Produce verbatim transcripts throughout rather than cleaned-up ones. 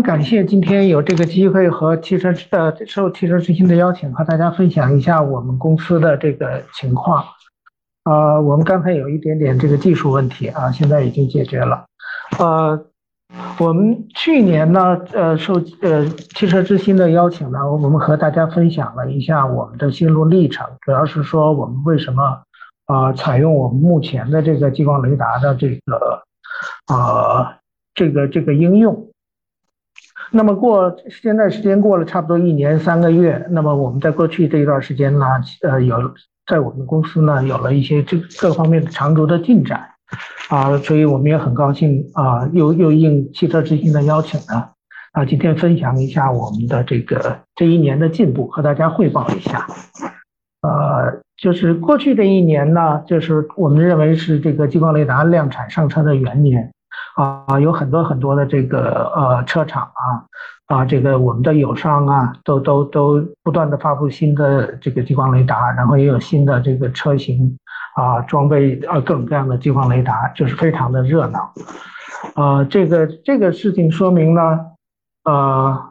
感谢今天有这个机会和汽车呃受汽车之星的邀请，和大家分享一下我们公司的这个情况。呃，我们刚才有一点点这个技术问题啊，现在已经解决了。呃，我们去年呢，呃，受呃汽车之星的邀请呢，我们和大家分享了一下我们的心路历程，主要是说我们为什么啊、呃、采用我们目前的这个激光雷达的这个呃这个这个应用。那么过现在时间过了差不多一年三个月，那么我们在过去这一段时间呢，呃，有在我们公司呢有了一些这各方面的长足的进展，啊，所以我们也很高兴啊，又又应汽车之星的邀请呢，啊，今天分享一下我们的这个这一年的进步，和大家汇报一下。呃，就是过去这一年呢，就是我们认为是这个激光雷达量产上车的元年。啊，有很多很多的这个呃车厂啊啊，这个我们的友商啊，都都都不断的发布新的这个激光雷达，然后也有新的这个车型啊装备啊各种各样的激光雷达，就是非常的热闹。呃，这个这个事情说明呢，呃，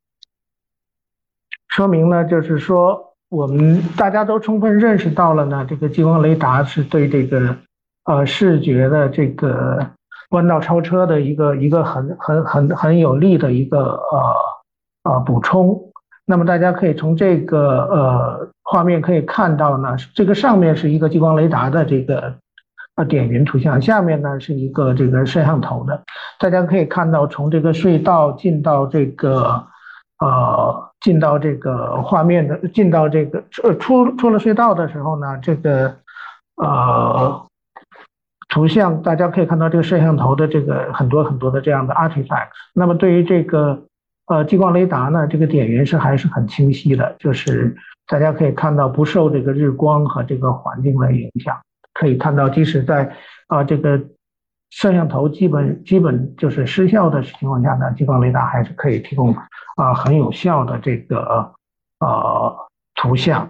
说明呢就是说我们大家都充分认识到了呢，这个激光雷达是对这个呃视觉的这个。弯道超车的一个一个很很很很有利的一个呃呃补充。那么大家可以从这个呃画面可以看到呢，这个上面是一个激光雷达的这个呃点云图像，下面呢是一个这个摄像头的。大家可以看到，从这个隧道进到这个呃进到这个画面的进到这个呃出出了隧道的时候呢，这个呃。图像大家可以看到这个摄像头的这个很多很多的这样的 artifacts。那么对于这个呃激光雷达呢，这个点云是还是很清晰的，就是大家可以看到不受这个日光和这个环境的影响，可以看到即使在啊、呃、这个摄像头基本基本就是失效的情况下呢，激光雷达还是可以提供啊、呃、很有效的这个呃图像。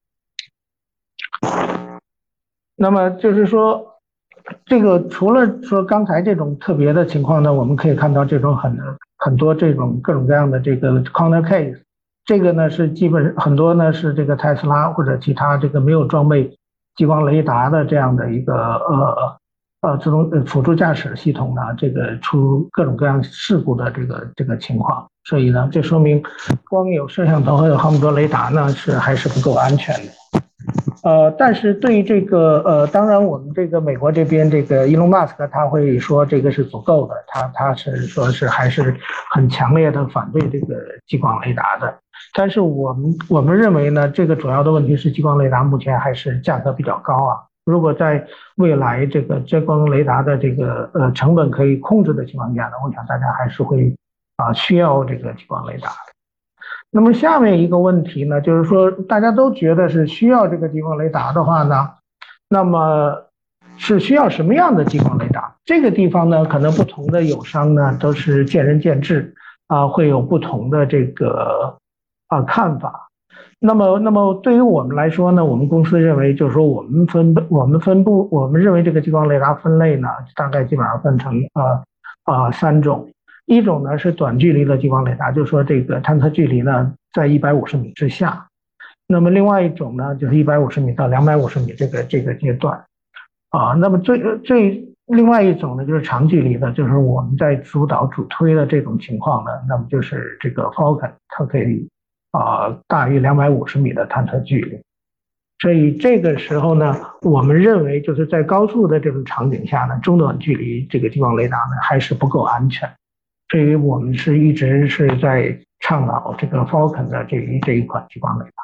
那么就是说。这个除了说刚才这种特别的情况呢，我们可以看到这种很很多这种各种各样的这个 corner case。这个呢是基本很多呢是这个特斯拉或者其他这个没有装备激光雷达的这样的一个呃呃自动辅助驾驶系统呢，这个出各种各样事故的这个这个情况。所以呢，这说明光有摄像头和有哈姆多雷达呢是还是不够安全的。呃，但是对于这个呃，当然我们这个美国这边这个伊隆马斯克他会说这个是足够的，他他是说是还是很强烈的反对这个激光雷达的。但是我们我们认为呢，这个主要的问题是激光雷达目前还是价格比较高啊。如果在未来这个激光雷达的这个呃成本可以控制的情况下呢，我想大家还是会啊需要这个激光雷达。那么下面一个问题呢，就是说大家都觉得是需要这个激光雷达的话呢，那么是需要什么样的激光雷达？这个地方呢，可能不同的友商呢都是见仁见智啊，会有不同的这个啊看法。那么，那么对于我们来说呢，我们公司认为就是说我们分我们分布我们认为这个激光雷达分类呢，大概基本上分成啊啊三种。一种呢是短距离的激光雷达，就是说这个探测距离呢在一百五十米之下。那么另外一种呢就是一百五十米到两百五十米这个这个阶段啊。那么最最另外一种呢就是长距离的，就是我们在主导主推的这种情况呢，那么就是这个 Falcon 它可以啊大于两百五十米的探测距离。所以这个时候呢，我们认为就是在高速的这种场景下呢，中短距离这个激光雷达呢还是不够安全。所以我们是一直是在倡导这个 Falcon 的这一这一款激光雷达。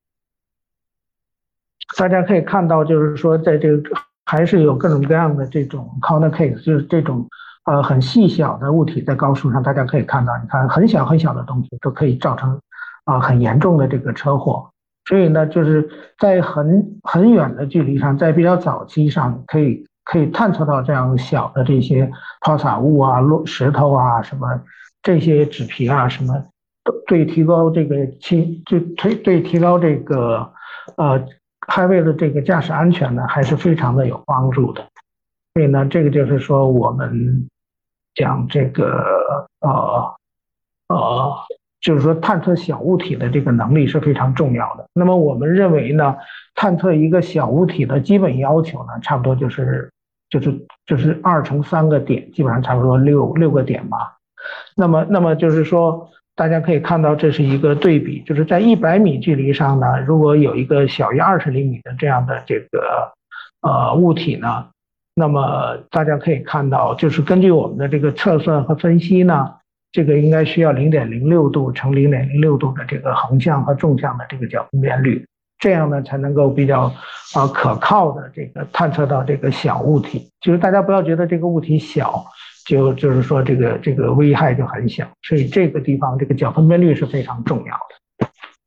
大家可以看到，就是说在这个还是有各种各样的这种 corner case， 就是这种呃很细小的物体在高速上，大家可以看到，你看很小很小的东西都可以造成啊、呃、很严重的这个车祸。所以呢，就是在很很远的距离上，在比较早期上可以。可以探测到这样小的这些抛洒物啊、落石头啊、什么这些纸皮啊，什么对提高这个轻就推对提高这个呃 highway 的这个驾驶安全呢，还是非常的有帮助的。所以呢，这个就是说我们讲这个呃就是说探测小物体的这个能力是非常重要的。那么我们认为呢，探测一个小物体的基本要求呢，差不多就是就是就是二乘三个点，基本上差不多六六个点吧。那么那么就是说，大家可以看到这是一个对比，就是在一百米距离上呢，如果有一个小于二十厘米的这样的这个呃物体呢，那么大家可以看到，就是根据我们的这个测算和分析呢。这个应该需要零点零六度乘零点零六度的这个横向和纵向的这个角分辨率，这样呢才能够比较啊、呃、可靠的这个探测到这个小物体。就是大家不要觉得这个物体小，就就是说这个这个危害就很小，所以这个地方这个角分辨率是非常重要的。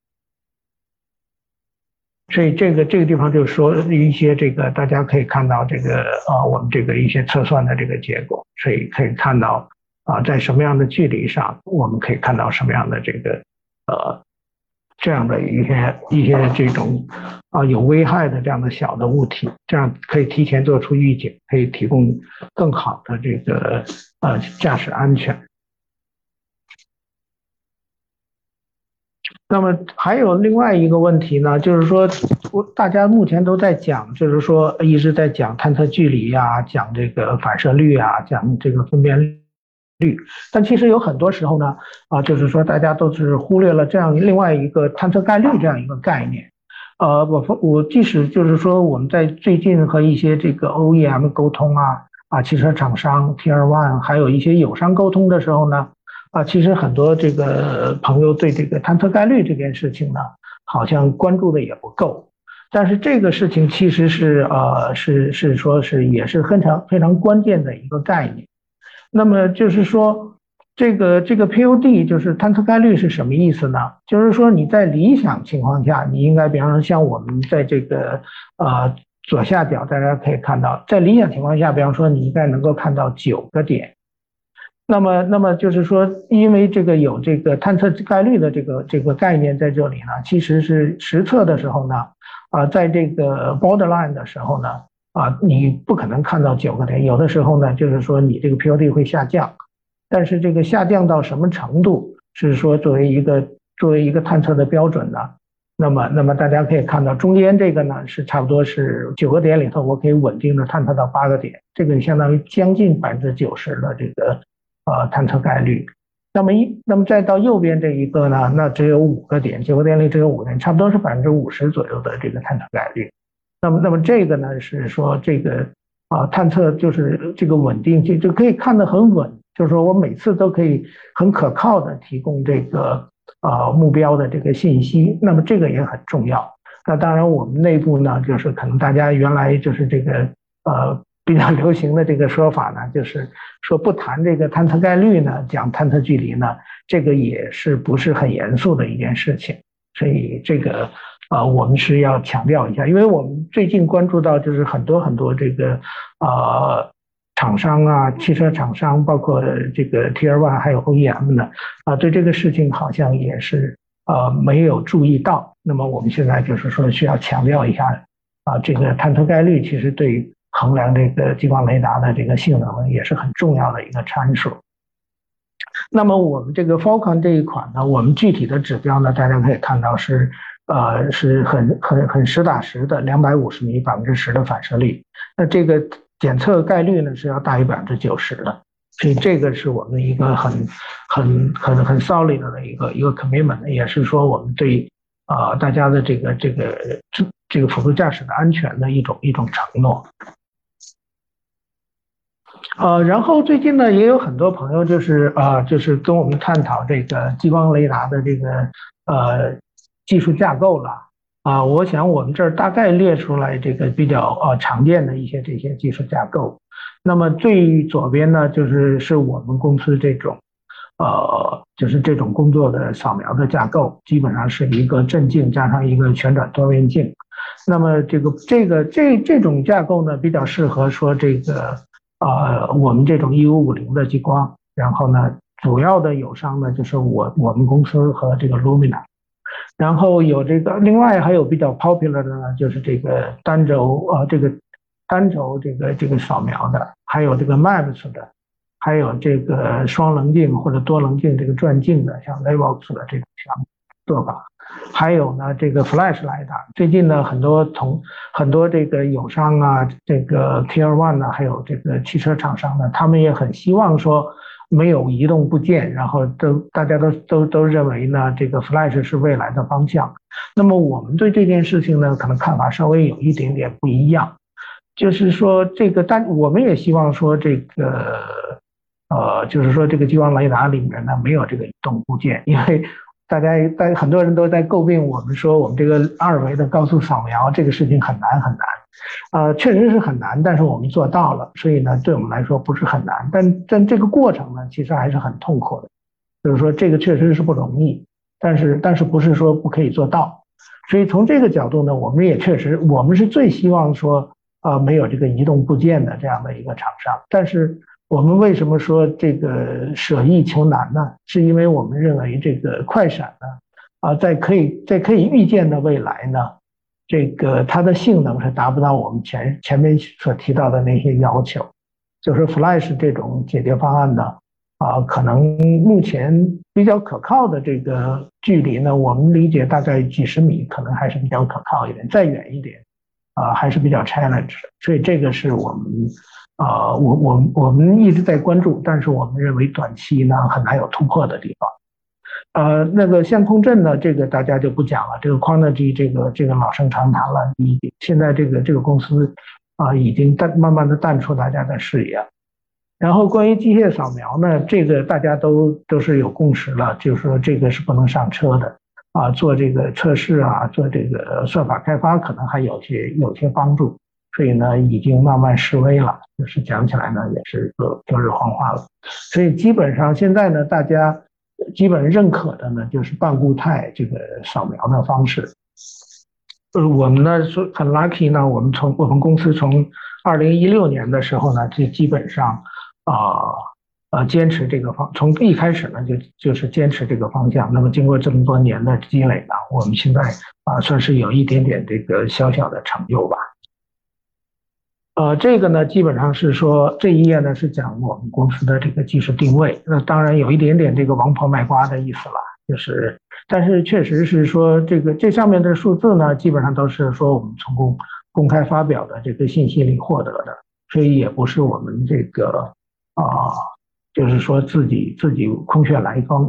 所以这个这个地方就是说一些这个大家可以看到这个呃我们这个一些测算的这个结果，所以可以看到。啊，在什么样的距离上，我们可以看到什么样的这个呃这样的一些一些这种啊有危害的这样的小的物体，这样可以提前做出预警，可以提供更好的这个呃驾驶安全。那么还有另外一个问题呢，就是说，大家目前都在讲，就是说一直在讲探测距离啊，讲这个反射率啊，讲这个分辨率。率，但其实有很多时候呢，啊，就是说大家都是忽略了这样另外一个探测概率这样一个概念。呃，我我即使就是说我们在最近和一些这个 O E M 沟通啊，啊，汽车厂商 Tier One 还有一些友商沟通的时候呢，啊，其实很多这个朋友对这个探测概率这件事情呢，好像关注的也不够。但是这个事情其实是呃是是说是也是非常非常关键的一个概念。那么就是说，这个这个 P O D 就是探测概率是什么意思呢？就是说你在理想情况下，你应该比方说像我们在这个呃左下角大家可以看到，在理想情况下，比方说你应该能够看到九个点。那么那么就是说，因为这个有这个探测概率的这个这个概念在这里呢，其实是实测的时候呢，啊、呃，在这个 borderline 的时候呢。啊，你不可能看到九个点，有的时候呢，就是说你这个 P O D 会下降，但是这个下降到什么程度，是说作为一个作为一个探测的标准呢？那么，那么大家可以看到中间这个呢是差不多是九个点里头，我可以稳定的探测到八个点，这个相当于将近百分之九十的这个呃探测概率。那么一，那么再到右边这一个呢，那只有五个点，九个点里只有五个点，差不多是百分之五十左右的这个探测概率。那么，那么这个呢是说这个啊探测就是这个稳定性就可以看得很稳，就是说我每次都可以很可靠的提供这个啊目标的这个信息，那么这个也很重要。那当然我们内部呢就是可能大家原来就是这个呃比较流行的这个说法呢，就是说不谈这个探测概率呢，讲探测距离呢，这个也是不是很严肃的一件事情，所以这个。啊、呃，我们是要强调一下，因为我们最近关注到，就是很多很多这个呃厂商啊，汽车厂商，包括这个 Tier One 还有 O E M 呢，啊、呃，对这个事情好像也是呃没有注意到。那么我们现在就是说需要强调一下啊、呃，这个探测概率其实对于衡量这个激光雷达的这个性能也是很重要的一个参数。那么我们这个 Falcon 这一款呢，我们具体的指标呢，大家可以看到是。呃，是很很很实打实的两百五十米百分之十的反射率，那这个检测概率呢是要大于百分之九十的，所以这个是我们一个很很很很 solid 的一个一个 commitment， 也是说我们对啊、呃、大家的这个这个这这个辅助驾驶的安全的一种一种承诺。呃，然后最近呢，也有很多朋友就是啊、呃，就是跟我们探讨这个激光雷达的这个呃。技术架构了啊，我想我们这儿大概列出来这个比较呃常见的一些这些技术架构。那么最左边呢，就是是我们公司这种呃就是这种工作的扫描的架构，基本上是一个正镜加上一个旋转多面镜。那么这个这个这这种架构呢，比较适合说这个呃我们这种一五五零的激光。然后呢，主要的友商呢就是我我们公司和这个 Lumina。然后有这个，另外还有比较 popular 的呢，就是这个单轴呃，这个单轴这个这个扫描的，还有这个 M A P S 的， 还有这个双棱镜或者多棱镜这个转镜的，像 Levox 的这种项目做法。还有呢，这个 Flash 雷达，最近呢，很多同很多这个友商啊，这个 Tier One 呢，还有这个汽车厂商呢，他们也很希望说没有移动部件，然后都大家都都都认为呢，这个 Flash 是未来的方向。那么我们对这件事情呢，可能看法稍微有一点点不一样，就是说这个，但我们也希望说这个，呃，就是说这个激光雷达里面呢没有这个移动部件，因为大家大家很多人都在诟病我们说我们这个二维的高速扫描这个事情很难很难，呃，确实是很难，但是我们做到了，所以呢，对我们来说不是很难，但但这个过程呢，其实还是很痛苦的，就是说这个确实是不容易，但是但是不是说不可以做到，所以从这个角度呢，我们也确实我们是最希望说呃没有这个移动部件的这样的一个厂商，但是。我们为什么说这个舍易求难呢？是因为我们认为这个快闪呢，啊，在可以在可以预见的未来呢，这个它的性能是达不到我们前前面所提到的那些要求，就是 Flash 这种解决方案呢，啊，可能目前比较可靠的这个距离呢，我们理解大概几十米，可能还是比较可靠一点，再远一点，啊，还是比较 challenge 的，所以这个是我们。呃，我我我们一直在关注，但是我们认为短期呢很难有突破的地方。呃，那个相控阵呢，这个大家就不讲了，这个 Quanergy 这个这个老生常谈了，已经现在这个这个公司啊、呃、已经淡慢慢的淡出大家的视野。然后关于机械扫描呢，这个大家都都是有共识了，就是说这个是不能上车的啊，做这个测试啊，做这个算法开发可能还有些有些帮助。所以呢，已经慢慢式微了，就是讲起来呢，也是隔隔日黄花了。所以基本上现在呢，大家基本认可的呢，就是半固态这个扫描的方式。呃，我们呢是很 lucky 呢，我们从我们公司从二零一六年的时候呢，就基本上啊呃，呃坚持这个方，从一开始呢就就是坚持这个方向。那么经过这么多年的积累呢，我们现在啊算是有一点点这个小小的成就吧。呃，这个呢，基本上是说这一页呢是讲我们公司的这个技术定位。那当然有一点点这个王婆卖瓜的意思了，就是，但是确实是说这个这上面的数字呢，基本上都是说我们从公公开发表的这个信息里获得的，所以也不是我们这个啊、呃，就是说自己自己空穴来风。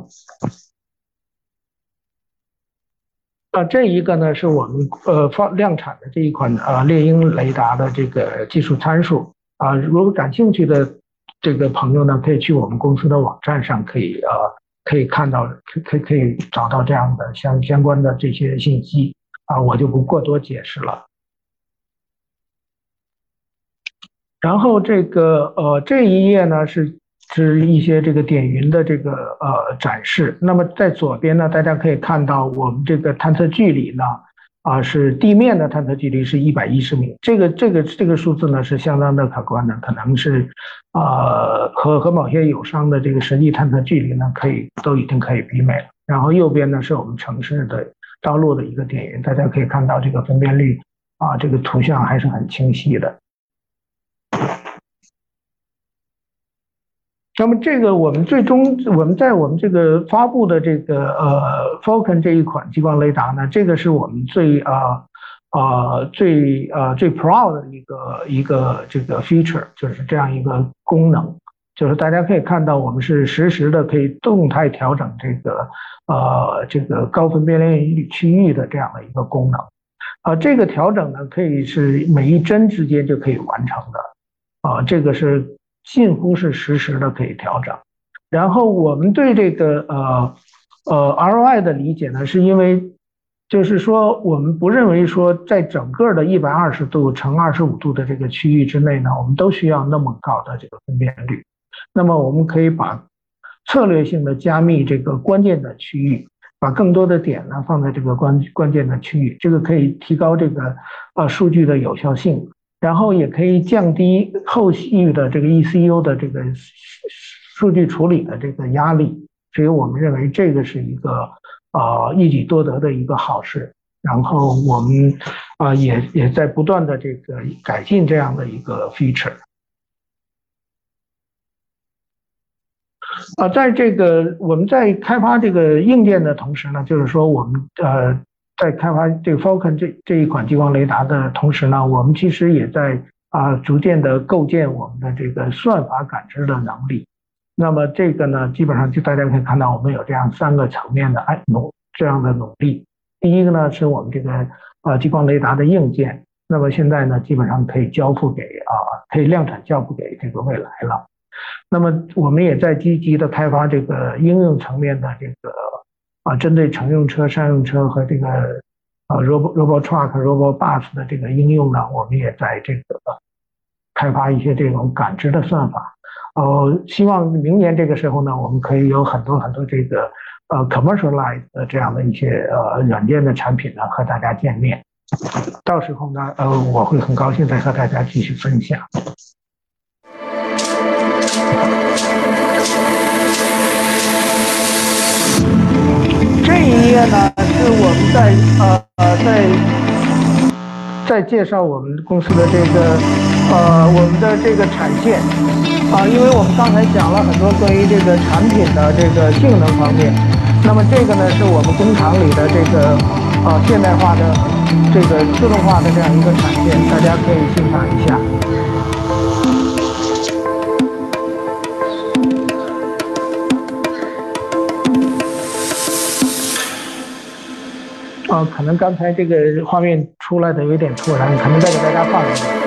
啊，这一个呢是我们呃发量产的这一款呃猎鹰雷达的这个技术参数啊，如果感兴趣的这个朋友呢，可以去我们公司的网站上可以呃可以看到，可以可以找到这样的相相关的这些信息啊，我就不过多解释了。然后这个呃这一页呢是是一些这个点云的这个呃展示。那么在左边呢，大家可以看到我们这个探测距离呢啊、是地面的探测距离是一百一十米，这个这个这个数字呢是相当的可观的，可能是呃和和某些友商的这个实际探测距离呢可以都已经可以媲美了。然后右边呢是我们城市的道路的一个点云，大家可以看到这个分辨率啊，这个图像还是很清晰的。那么这个我们最终我们在我们这个发布的这个呃 Falcon 这一款激光雷达呢，这个是我们最啊呃最呃最 proud 的一个一个这个 feature， 就是这样一个功能，就是大家可以看到我们是实时的可以动态调整这个呃这个高分辨率区域的这样的一个功能。啊、呃，这个调整呢可以是每一帧之间就可以完成的。啊、呃，这个是。近乎是实时的可以调整，然后我们对这个呃呃 R O I 的理解呢，是因为就是说我们不认为说在整个的一百二十度乘二十五度的这个区域之内呢，我们都需要那么高的这个分辨率。那么我们可以把策略性的加密这个关键的区域，把更多的点呢放在这个关关键的区域，这个可以提高这个呃数据的有效性。然后也可以降低后续的这个 E C U 的这个数据处理的这个压力，所以我们认为这个是一个呃一举多得的一个好事。然后我们啊、呃、也也在不断的这个改进这样的一个 feature。 啊，在这个我们在开发这个硬件的同时呢，就是说我们呃在开发这个 Falcon 这这一款激光雷达的同时呢，我们其实也在啊逐渐的构建我们的这个算法感知的能力。那么这个呢，基本上就大家可以看到，我们有这样三个层面的哎努这样的努力。第一个呢，是我们这个呃激光雷达的硬件，那么现在呢，基本上可以交付给啊可以量产交付给这个未来了。那么我们也在积极的开发这个应用层面的这个啊，针对乘用车、商用车和这个啊 robot robot truck、robot bus 的这个应用呢，我们也在这个开发一些这种感知的算法。呃，希望明年这个时候呢，我们可以有很多很多这个呃 commercialize 的这样的一些呃软件的产品呢和大家见面。到时候呢，呃，我会很高兴再和大家继续分享。这一页呢，是我们在呃呃在在介绍我们公司的这个呃我们的这个产线啊、呃，因为我们刚才讲了很多关于这个产品的这个性能方面，那么这个呢是我们工厂里的这个呃现代化的这个自动化的这样一个产线，大家可以欣赏一下。啊，可能刚才这个画面出来的有点突然，可能再给大家放一下。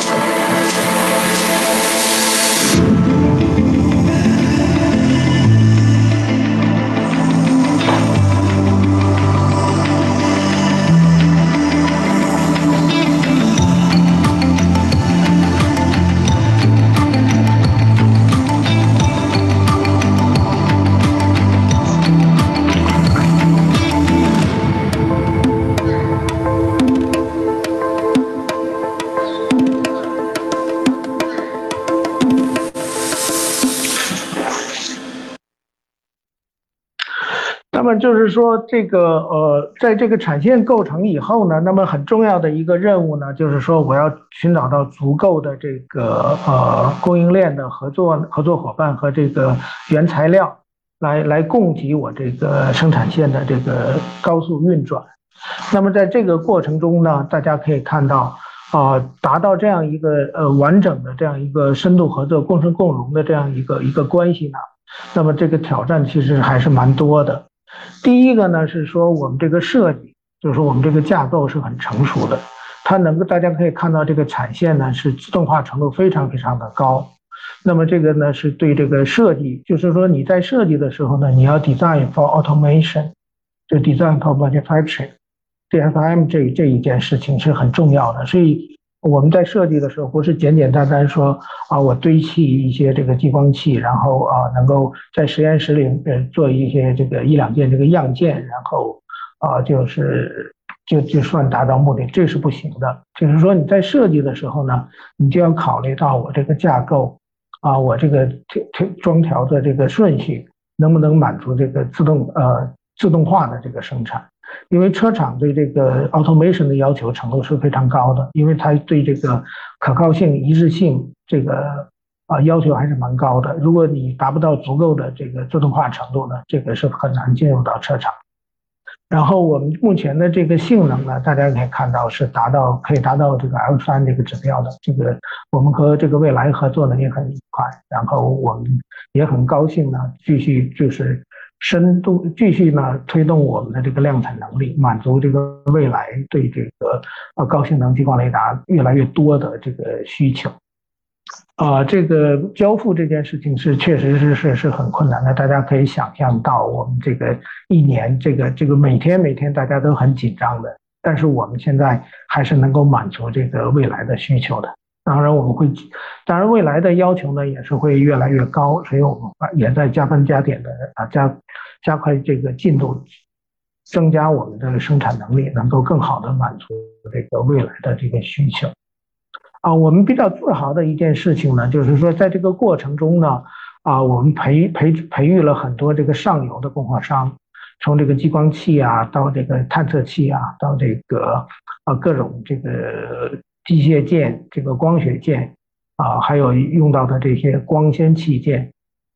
那么就是说，这个呃，在这个产线构成以后呢，那么很重要的一个任务呢，就是说我要寻找到足够的这个呃供应链的合作合作伙伴和这个原材料，来来供给我这个生产线的这个高速运转。那么在这个过程中呢，大家可以看到，啊、呃，达到这样一个呃完整的这样一个深度合作、共生共荣的这样一个一个关系呢，那么这个挑战其实还是蛮多的。第一个呢是说我们这个设计，就是说我们这个架构是很成熟的，它能够大家可以看到这个产线呢是自动化程度非常非常的高。那么这个呢是对这个设计，就是说你在设计的时候呢，你要 design for automation， 就 design for manufacturing。D F M 这这一件事情是很重要的，所以我们在设计的时候不是简简单单说啊，我堆砌一些这个激光器，然后啊能够在实验室里呃做一些这个一两件这个样件，然后啊就是就就算达到目的，这是不行的。就是说你在设计的时候呢，你就要考虑到我这个架构啊，我这个装调的这个顺序能不能满足这个自动呃自动化的这个生产。因为车厂对这个 automation 的要求程度是非常高的，因为它对这个可靠性、一致性这个啊要求还是蛮高的。如果你达不到足够的这个自动化程度呢，这个是很难进入到车厂。然后我们目前的这个性能呢，大家可以看到是达到可以达到这个 L 三这个指标的。这个我们和这个蔚来合作的也很愉快，然后我们也很高兴呢，继续就是深度继续呢推动我们的这个量产能力，满足这个未来对这个呃高性能激光雷达越来越多的这个需求。啊、呃，这个交付这件事情是确实是是是很困难的，大家可以想象到，我们这个一年这个这个每天每天大家都很紧张的，但是我们现在还是能够满足这个未来的需求的。当然我们会，当然未来的要求呢也是会越来越高，所以我们也在加班加点的啊加加快这个进度，增加我们的生产能力，能够更好的满足这个未来的这个需求。啊，我们比较自豪的一件事情呢，就是说在这个过程中呢，啊，我们培培培育了很多这个上游的供货商，从这个激光器啊，到这个探测器啊，到这个啊各种这个机械件、这个光学件啊，还有用到的这些光纤器件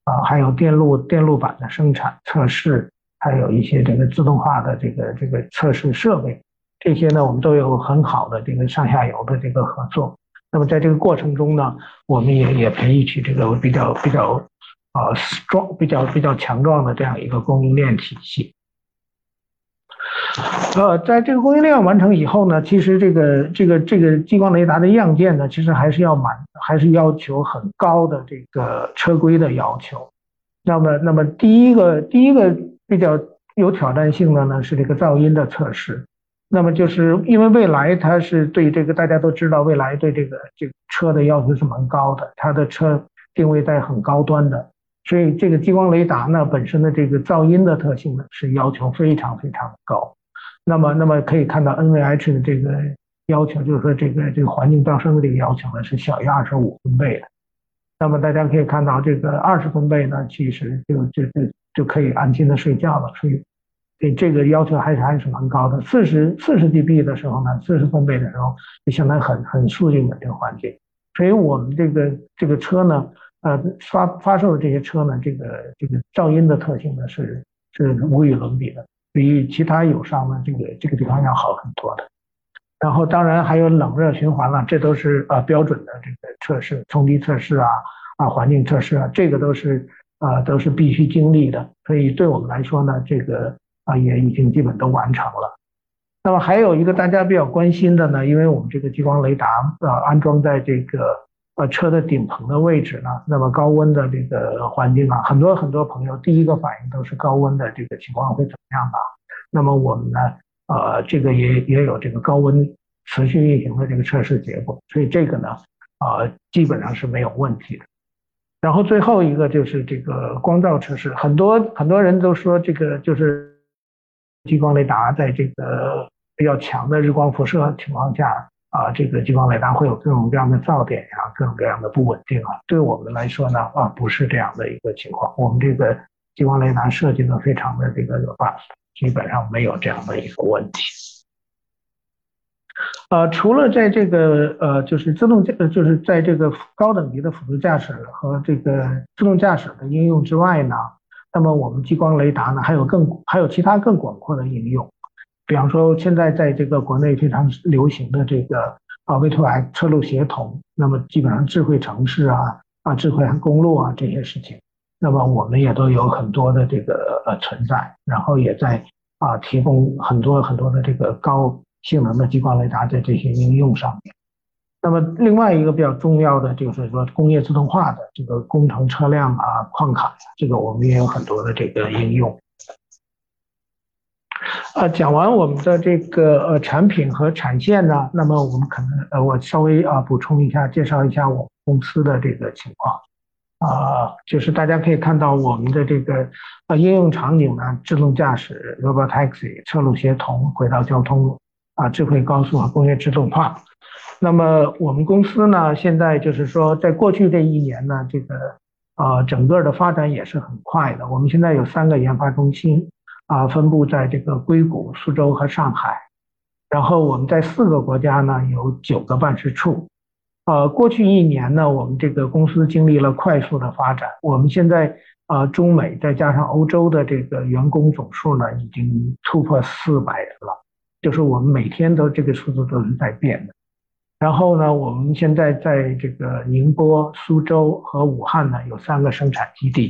啊，还有电路电路板的生产测试，还有一些这个自动化的这个这个测试设备，这些呢我们都有很好的这个上下游的这个合作。那么在这个过程中呢，我们也也培育起这个比较比较啊 strong 比较比较强壮的这样一个供应链体系。呃，在这个供应链完成以后呢，其实这个这个这个激光雷达的样件呢，其实还是要满，还是要求很高的这个车规的要求。那么，那么第一个第一个比较有挑战性的呢是这个噪音的测试。那么就是因为未来它是对这个大家都知道，未来对这个这个车的要求是蛮高的，它的车定位在很高端的，所以这个激光雷达呢本身的这个噪音的特性呢是要求非常非常高。那么，那么可以看到 N V H 的这个要求，就是说这个这个环境噪声的这个要求呢是小于二十五分贝的。那么大家可以看到，这个二十分贝呢，其实就就就就可以安心的睡觉了。所以，对这个要求还是还是蛮高的。四十四十 dB 的时候呢，四十分贝的时候，就相当于很很肃静的这个环境。所以我们这个这个车呢，呃，发发售的这些车呢，这个这个噪音的特性呢是是无与伦比的。比其他友商呢，这个这个地方要好很多的。然后当然还有冷热循环了，这都是呃标准的这个测试，冲击测试啊啊环境测试啊，这个都是啊都是必须经历的。所以对我们来说呢，这个啊也已经基本都完成了。那么还有一个大家比较关心的呢，因为我们这个激光雷达呃安装在这个呃车的顶棚的位置呢，那么高温的这个环境啊，很多很多朋友第一个反应都是高温的这个情况会怎么样吧？那么我们呢，呃，这个也也有这个高温持续运行的这个测试结果，所以这个呢，啊、呃，基本上是没有问题的。然后最后一个就是这个光照测试，很多很多人都说这个就是激光雷达在这个比较强的日光辐射情况下啊，这个激光雷达会有各种各样的噪点呀、啊，各种各样的不稳定啊。对我们来说呢，啊，不是这样的一个情况。我们这个激光雷达设计的非常的这个 robust， 基本上没有这样的一个问题。呃，除了在这个呃，就是自动驾，就是在这个高等级的辅助驾驶和这个自动驾驶的应用之外呢，那么我们激光雷达呢，还有更还有其他更广阔的应用。比方说，现在在这个国内非常流行的这个啊 V 二 X 车路协同，那么基本上智慧城市啊啊智慧公路啊这些事情，那么我们也都有很多的这个呃存在，然后也在啊提供很多很多的这个高性能的激光雷达在这些应用上面。那么另外一个比较重要的就是说工业自动化的这个工程车辆啊矿卡呀，这个我们也有很多的这个应用。呃，讲完我们的这个呃产品和产线呢，那么我们可能呃我稍微啊补充一下，介绍一下我们公司的这个情况。啊，就是大家可以看到我们的这个呃应用场景呢，自动驾驶、robot taxi、车路协同、轨道交通啊、智慧高速和工业自动化。那么我们公司呢，现在就是说，在过去这一年呢，这个呃整个的发展也是很快的。我们现在有三个研发中心啊，分布在这个硅谷、苏州和上海。然后我们在四个国家呢有九个办事处。呃，过去一年呢，我们这个公司经历了快速的发展。我们现在呃，中美再加上欧洲的这个员工总数呢，已经突破四百人了，就是我们每天都这个数字都是在变的。然后呢，我们现在在这个宁波、苏州和武汉呢有三个生产基地。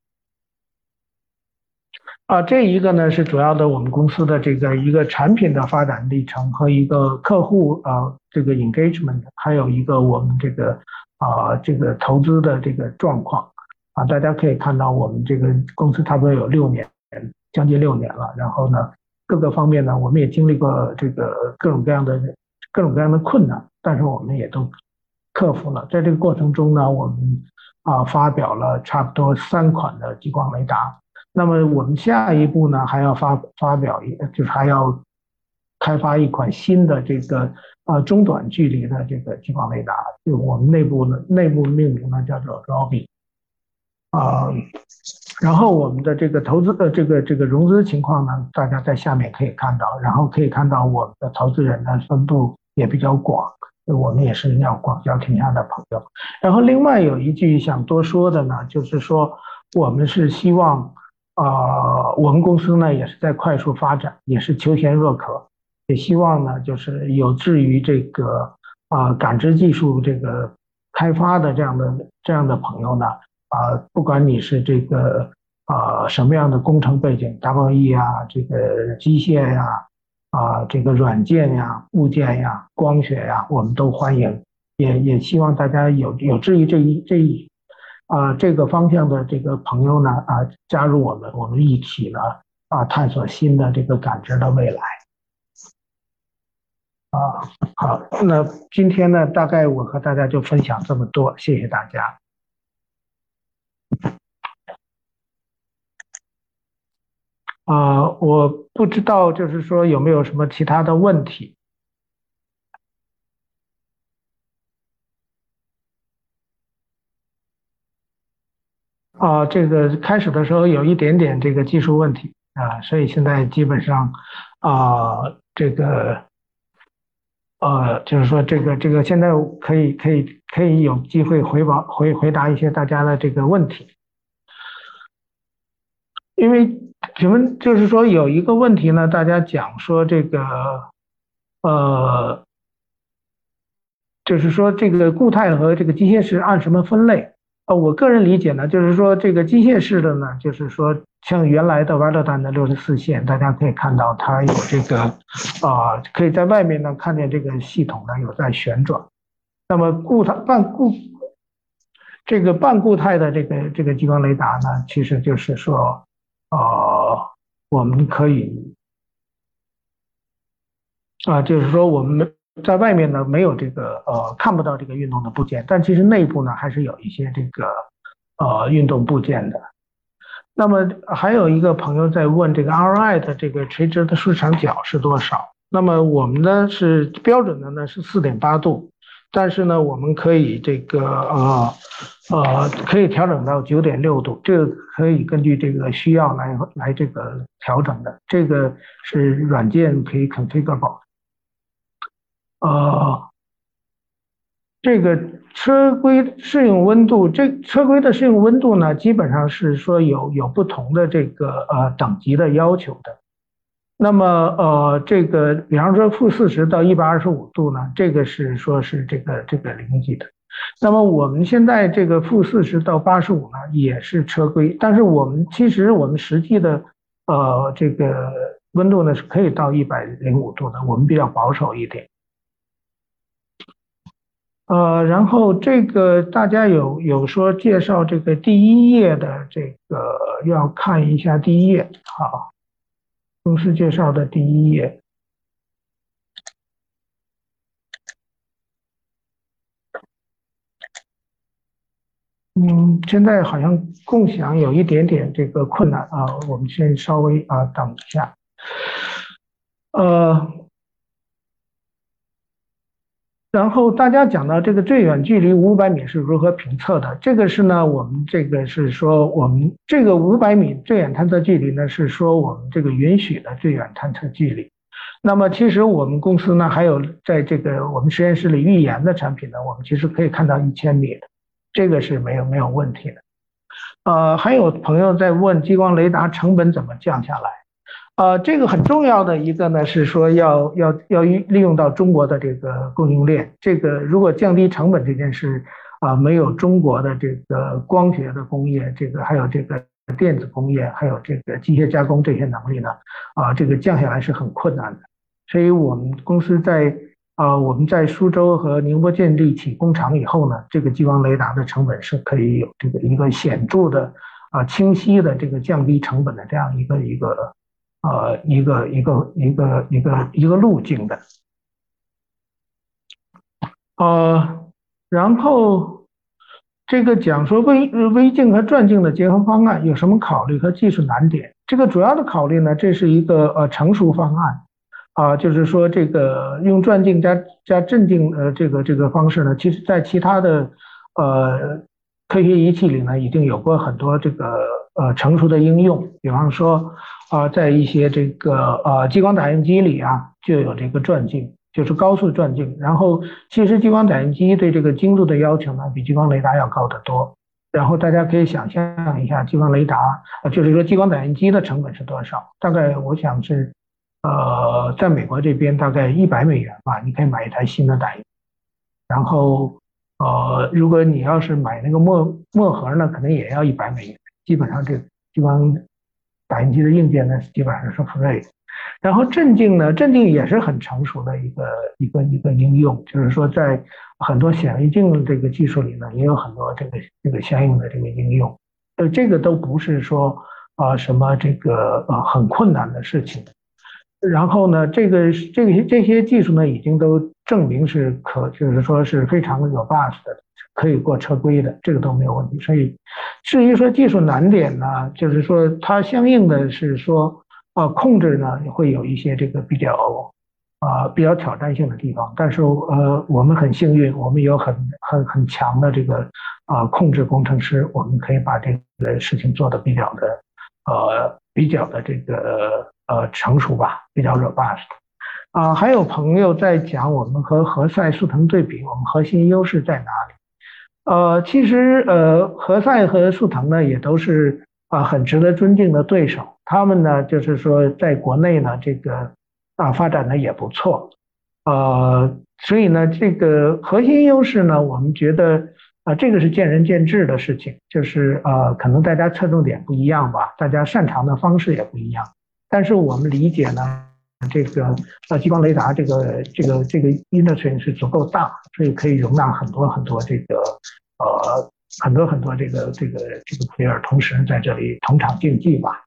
啊，这一个呢是主要的我们公司的这个一个产品的发展历程和一个客户啊这个 engagement， 还有一个我们这个啊这个投资的这个状况啊，大家可以看到我们这个公司差不多有六年，将近六年了。然后呢，各个方面呢，我们也经历过这个各种各样的各种各样的困难，但是我们也都克服了。在这个过程中呢，我们啊发表了差不多三款的激光雷达。那么我们下一步呢，还要发发表一，就是还要开发一款新的这个呃中短距离的这个激光雷达，就我们内部呢内部命名呢叫做 Robi 啊、呃。然后我们的这个投资的这个这个融资情况呢，大家在下面可以看到，然后可以看到我们的投资人呢分布也比较广，我们也是要广交天下的朋友。然后另外有一句想多说的呢，就是说。 我们是希望，啊，我们公司呢也是在快速发展，也是求贤若渴，也希望呢就是有志于这个啊感知技术这个开发的这样的这样的朋友呢，啊，不管你是这个啊什么样的工程背景 ，W E 啊，这个机械呀，啊这个软件呀、部件呀、光学呀，我们都欢迎。也也希望大家有有志于这一这一啊、这个方向的这个朋友呢啊加入我们，我们一起呢啊探索新的这个感知的未来啊。好，那今天呢大概我和大家就分享这么多，谢谢大家。啊，我不知道就是说有没有什么其他的问题。啊，这个开始的时候有一点点这个技术问题啊，所以现在基本上啊，这个呃，就是说这个这个现在可以可以可以有机会回答回回答一些大家的这个问题，因为请问就是说有一个问题呢，大家讲说这个呃，就是说这个固态和这个机械式按什么分类？呃，我个人理解呢，就是说这个机械式的呢，就是说像原来的 Velodyne 的六十四线，大家可以看到它有这个啊、可以在外面呢看见这个系统呢有在旋转。那么固态半固这个半固态的这个这个激光雷达呢，其实就是说，呃，我们可以啊、就是说我们在外面呢没有这个呃看不到这个运动的部件，但其实内部呢还是有一些这个呃运动部件的。那么还有一个朋友在问这个 R I 的这个垂直的市场角是多少？那么我们呢是标准的呢是四点八度，但是呢我们可以这个呃呃可以调整到九点六度，这个可以根据这个需要来来这个调整的，这个是软件可以 configurable。呃，这个车规适应温度，这车规的适应温度呢，基本上是说有有不同的这个呃等级的要求的。那么呃，这个比方说负四十到一百二十五度呢，这个是说是这个这个零级的。那么我们现在这个负四十到八十五呢，也是车规，但是我们其实我们实际的呃这个温度呢是可以到一百零五度的，我们比较保守一点。呃，然后这个大家有有说介绍这个第一页的这个要看一下第一页，好，公司介绍的第一页。嗯，现在好像共享有一点点这个困难啊，我们先稍微啊等一下。呃，然后大家讲到这个最远距离五百米是如何评测的？这个是呢，我们这个是说我们这个五百米最远探测距离呢，是说我们这个允许的最远探测距离。那么其实我们公司呢，还有在这个我们实验室里预研的产品呢，我们其实可以看到一千米的，这个是没有没有问题的。呃，还有朋友在问激光雷达成本怎么降下来？呃，这个很重要的一个呢是说要要要利用到中国的这个供应链。这个如果降低成本这件事啊、没有中国的这个光学的工业，这个还有这个电子工业，还有这个机械加工这些能力呢，啊、这个降下来是很困难的。所以我们公司在啊、我们在苏州和宁波建立起工厂以后呢，这个激光雷达的成本是可以有这个一个显著的啊、清晰的这个降低成本的这样一个一个。呃，一个一个一个一个一个路径的，呃，然后这个讲说微微镜和转镜的结合方案有什么考虑和技术难点？这个主要的考虑呢，这是一个呃成熟方案啊、就是说这个用转镜加加正镜呃这个这个方式呢，其实在其他的呃科学仪器里呢，已经有过很多这个呃成熟的应用，比方说。啊，在一些这个呃激光打印机里啊，就有这个转镜，就是高速转镜。然后，其实激光打印机对这个精度的要求呢，比激光雷达要高得多。 然后大家可以想象一下，激光雷达，呃，就是说激光打印机的成本是多少？大概我想是，呃，在美国这边大概一百美元吧，你可以买一台新的打印。然后，呃，如果你要是买那个墨墨盒呢，可能也要一百美元。基本上这激光打印机的硬件呢，基本上是 free 的。然后镇静呢，镇静也是很成熟的一个一个一个应用，就是说在很多显微镜这个技术里呢，也有很多这个这个相应的这个应用。呃，这个都不是说啊、呃、什么这个呃很困难的事情。然后呢，这个这个这些技术呢，已经都证明是可，就是说是非常 robust 的，可以过车规的，这个都没有问题。所以，至于说技术难点呢，就是说它相应的是说，呃，控制呢会有一些这个比较啊、呃、比较挑战性的地方。但是呃，我们很幸运，我们有很很很强的这个啊、呃、控制工程师，我们可以把这个事情做得比较的呃比较的这个。呃，成熟吧，比较 robust 啊、呃。还有朋友在讲我们和何塞速腾对比，我们核心优势在哪里？呃，其实呃，何塞和速腾呢，也都是啊、呃、很值得尊敬的对手。他们呢，就是说在国内呢，这个啊、呃、发展的也不错。呃，所以呢，这个核心优势呢，我们觉得啊、呃，这个是见仁见智的事情，就是呃，可能大家侧重点不一样吧，大家擅长的方式也不一样。但是我们理解呢，这个呃激光雷达这个这个这个 industry 是足够大，所以可以容纳很多很多这个呃很多很多这个这个这个 player 同时在这里同场竞技吧。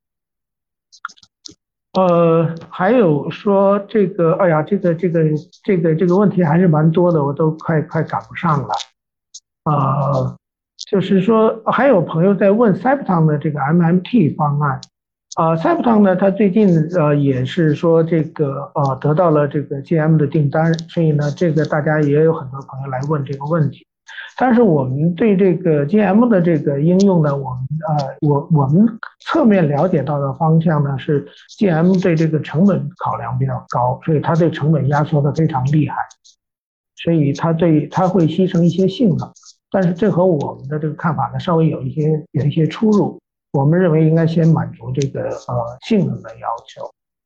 呃，还有说这个，哎呀，这个这个这个这个问题还是蛮多的，我都快快赶不上了。呃，就是说还有朋友在问 Cepton 的这个 M M T 方案。啊 c e p t o n 呢，它最近呃也是说这个呃得到了这个 G M 的订单，所以呢，这个大家也有很多朋友来问这个问题。但是我们对这个 G M 的这个应用呢，我们呃我我们侧面了解到的方向呢是 G M 对这个成本考量比较高，所以它对成本压缩的非常厉害，所以它对它会牺牲一些性能。但是这和我们的这个看法呢稍微有一些有一些出入。我们认为应该先满足这个呃性能的要求，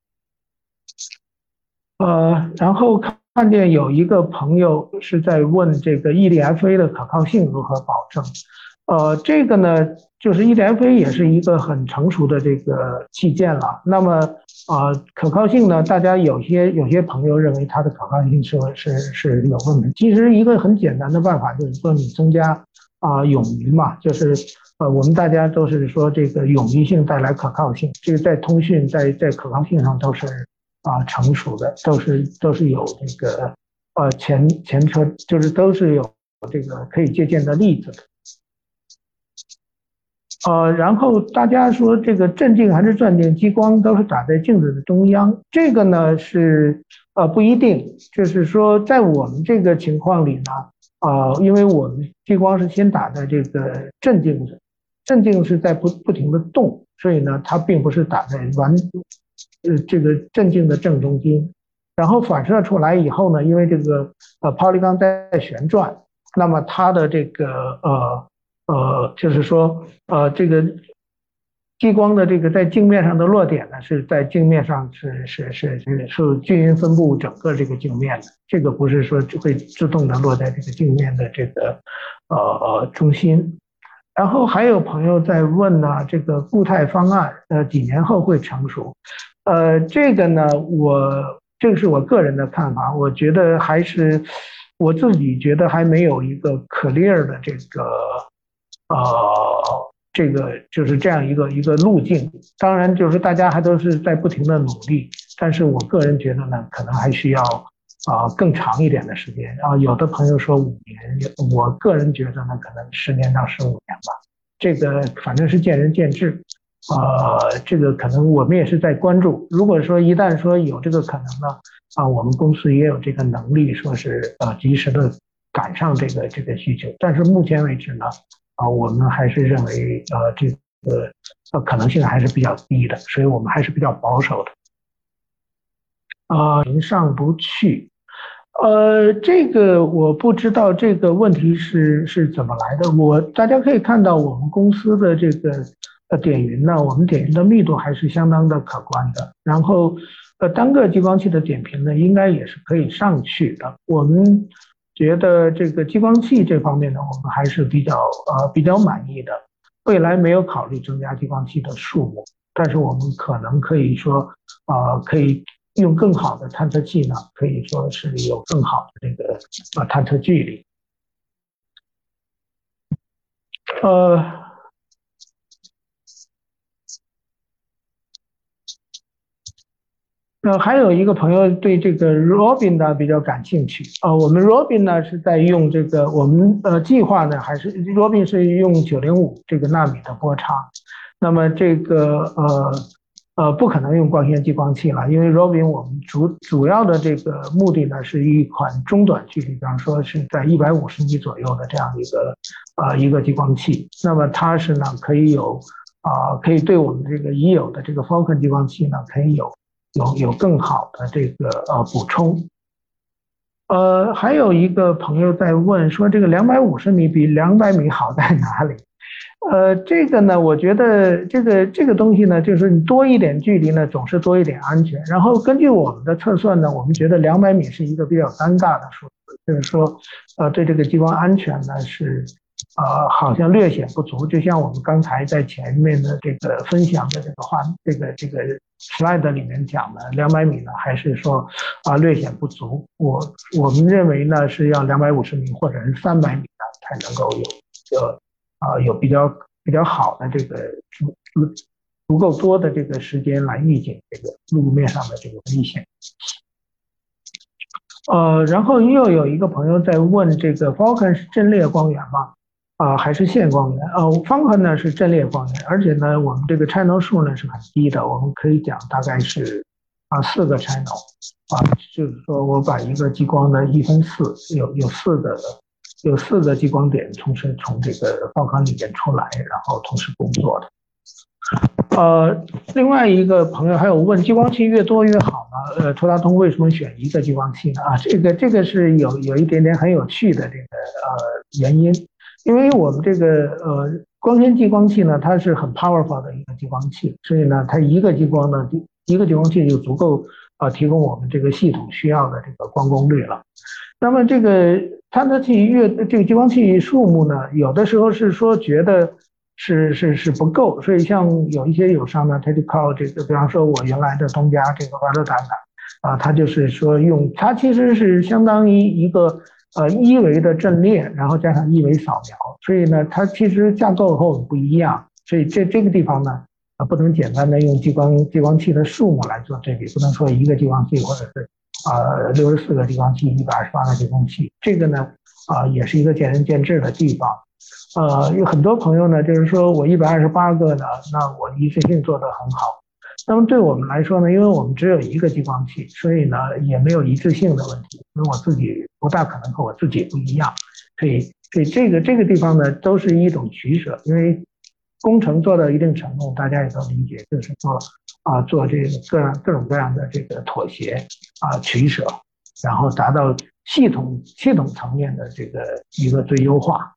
呃，然后看见有一个朋友是在问这个 E D F A 的可靠性如何保证，呃，这个呢就是 E D F A 也是一个很成熟的这个器件了。那么呃可靠性呢，大家有些有些朋友认为它的可靠性是是是有问题。其实一个很简单的办法就是说你增加啊、呃、冗余嘛，就是。呃，我们大家都是说这个冗余性带来可靠性，这个在通讯在在可靠性上都是啊、呃、成熟的，都是都是有这个呃前前车就是都是有这个可以借鉴的例子的。呃，然后大家说这个镇静还是转电激光都是打在镜子的中央，这个呢是呃不一定，就是说在我们这个情况里呢，啊、呃，因为我们激光是先打在这个镇静的。镇静是在不不停的动，所以呢，它并不是打在完，呃，这个镇静的正中心，然后反射出来以后呢，因为这个呃 polygon 在旋转，那么它的这个呃呃，就是说呃这个激光的这个在镜面上的落点呢，是在镜面上是是是是是均匀分布整个这个镜面的，这个不是说就会自动的落在这个镜面的这个呃呃中心。然后还有朋友在问呢，这个固态方案，呃，几年后会成熟？呃，这个呢，我这个是我个人的看法，我觉得还是我自己觉得还没有一个 clear 的这个呃，这个就是这样一个一个路径。当然，就是大家还都是在不停的努力，但是我个人觉得呢，可能还需要啊、呃、更长一点的时间。然后有的朋友说五年，我个人觉得呢，可能十年到十五年吧。这个反正是见仁见智。呃，这个可能我们也是在关注。如果说一旦说有这个可能呢，啊，我们公司也有这个能力，说是呃及时的赶上这个这个需求。但是目前为止呢，啊，我们还是认为呃这个呃可能性还是比较低的，所以我们还是比较保守的。啊，上不去。 呃，这个我不知道这个问题是是怎么来的。我大家可以看到我们公司的这个呃点云呢，我们点云的密度还是相当的可观的。然后呃单个激光器的点评呢，应该也是可以上去的。我们觉得这个激光器这方面呢，我们还是比较呃比较满意的。未来没有考虑增加激光器的数目，但是我们可能可以说呃可以。用更好的探测器呢，可以说是有更好的这个呃探测距离。呃，呃，还有一个朋友对这个 Robin 呢比较感兴趣啊、呃。我们 Robin 呢是在用这个，我们呃计划呢还是 Robin 是用九零五这个纳米的波长，那么这个呃呃不可能用光纤激光器了，因为 Robin 我们主主要的这个目的呢是一款中短距离，比方说是在一百五十米左右的这样一个呃一个激光器，那么它是呢可以有啊、呃、可以对我们这个已有的这个 Falcon 激光器呢可以有有有更好的这个呃补充。呃，还有一个朋友在问说，这个两百五十米比两百米好在哪里？呃，这个呢，我觉得这个这个东西呢，就是你多一点距离呢，总是多一点安全。然后根据我们的测算呢，我们觉得两百米是一个比较尴尬的数字，就是说，呃，对这个激光安全呢是，呃，好像略显不足。就像我们刚才在前面的这个分享的这个话，这个这个 slide 里面讲的两百米呢，还是说啊、略显不足。我我们认为呢是要两百五十米或者是三百米呢才能够有呃。啊，有比较比较好的这个足足足够多的这个时间来预警这个路面上的这个危险。呃，然后又有一个朋友在问这个 Falcon 是阵列光源吗？啊、呃还是线光源？呃，Falcon 呢是阵列光源，而且呢我们这个 channel 数呢是很低的，我们可以讲大概是啊四个 channel 啊，就是说我把一个激光呢一分四，有有四个。有四个激光点同时从这个报刊里面出来，然后同时工作的。呃，另外一个朋友还有问，激光器越多越好吗？呃，图达通为什么选一个激光器呢？啊，这个这个是有有一点点很有趣的这个呃原因，因为我们这个呃光纤激光器呢，它是很 powerful 的一个激光器，所以呢，它一个激光呢，一个激光器就足够啊、呃、提供我们这个系统需要的这个光功率了。那么这个探测器越这个激光器数目呢，有的时候是说觉得是是是不够，所以像有一些友商呢，他就靠这个，比方说我原来的东家这个华德达的啊，他就是说用它其实是相当于一个呃一维的阵列，然后加上一维扫描，所以呢，它其实架构和我们不一样，所以这这个地方呢。啊，不能简单的用激光激光器的数目来做对比，不能说一个激光器或者是啊六十四个激光器，一百二十八个激光器，这个呢啊、呃、也是一个见仁见智的地方。呃，有很多朋友呢，就是说我一百二十八个呢，那我一致性做得很好。那么对我们来说呢，因为我们只有一个激光器，所以呢也没有一致性的问题，因为我自己不大可能和我自己不一样，所以所以这个这个地方呢都是一种取舍，因为工程做到一定程度，大家也都理解，就是说啊，做这个各各种各样的这个妥协啊取舍，然后达到系统系统层面的这个一个最优化。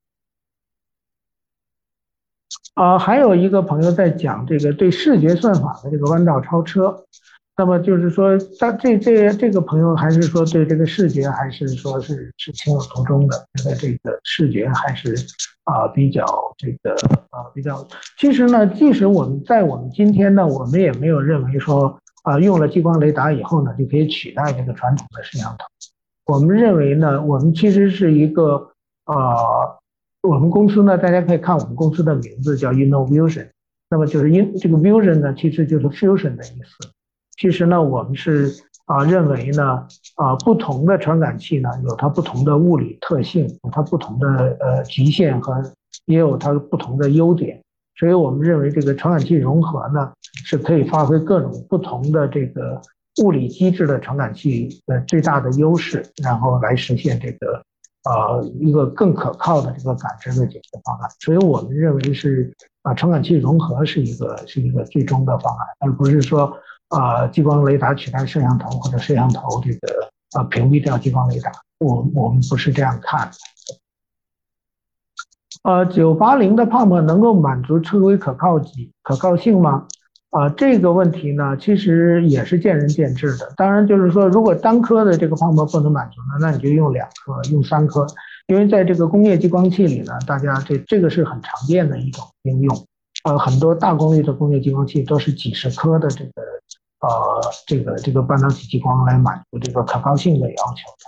啊，还有一个朋友在讲这个对视觉算法的这个弯道超车，那么就是说，他这这这个朋友还是说对这个视觉还是说是是情有独钟的，觉得这个视觉还是啊、呃、比较这个啊、呃、比较。其实呢，即使我们在我们今天呢，我们也没有认为说啊、呃、用了激光雷达以后呢就可以取代这个传统的摄像头。我们认为呢，我们其实是一个呃。我们公司呢，大家可以看我们公司的名字叫 Innovision， 那么就是 in 这个 vision 呢，其实就是 fusion 的意思。其实呢，我们是啊、呃、认为呢，啊、呃、不同的传感器呢有它不同的物理特性，有它不同的呃极限和也有它不同的优点，所以我们认为这个传感器融合呢是可以发挥各种不同的这个物理机制的传感器的最大的优势，然后来实现这个。呃，一个更可靠的这个感知的解决方案，所以我们认为是啊，传感器融合是一个是一个最终的方案，而不是说啊，激光雷达取代摄像头或者摄像头这个呃屏蔽掉激光雷达，我我们不是这样看的。呃，九八零的 pump 能够满足车规可靠级可靠性吗？啊、呃，这个问题呢，其实也是见仁见智的。当然，就是说，如果单颗的这个 pump 不能满足呢，那你就用两颗，用三颗，因为在这个工业激光器里呢，大家这这个是很常见的一种应用。呃，很多大功率的工业激光器都是几十颗的这个呃这个这个半导体激光来满足这个可靠性的要求的。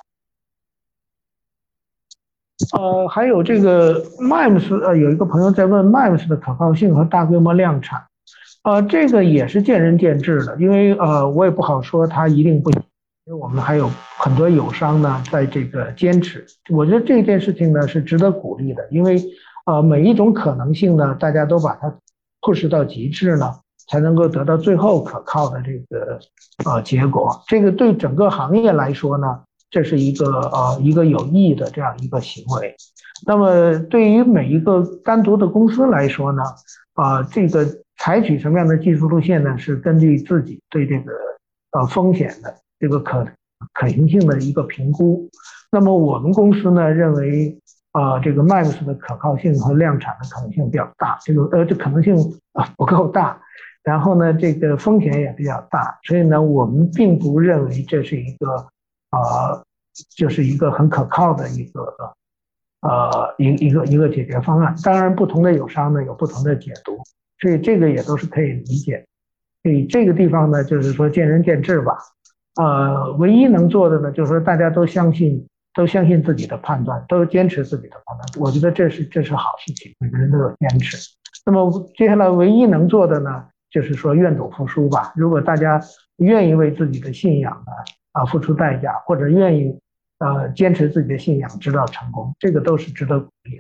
呃，还有这个 M I M S， 呃，有一个朋友在问 M I M S 的可靠性和大规模量产，呃，这个也是见仁见智的，因为呃，我也不好说它一定不行，因为我们还有很多友商呢在这个坚持，我觉得这件事情呢是值得鼓励的，因为呃每一种可能性呢，大家都把它 push 到极致呢，才能够得到最后可靠的这个呃结果，这个对整个行业来说呢。这是一个呃一个有意义的这样一个行为。那么对于每一个单独的公司来说呢，啊、呃，这个采取什么样的技术路线呢？是根据自己对这个呃风险的这个可可行性的一个评估。那么我们公司呢认为，啊、呃，这个 M I M S 的可靠性和量产的可能性比较大，这个呃这可能性啊不够大。然后呢，这个风险也比较大，所以呢，我们并不认为这是一个。呃，就是一个很可靠的一个呃一一个一个解决方案。当然，不同的友商呢有不同的解读，所以这个也都是可以理解。所以这个地方呢，就是说见仁见智吧。呃，唯一能做的呢，就是说大家都相信，都相信自己的判断，都坚持自己的判断。我觉得这是这是好事情，每个人都有坚持。那么接下来唯一能做的呢，就是说愿赌服输吧。如果大家愿意为自己的信仰呢。啊，付出代价，或者愿意呃坚持自己的信仰，直到成功，这个都是值得鼓励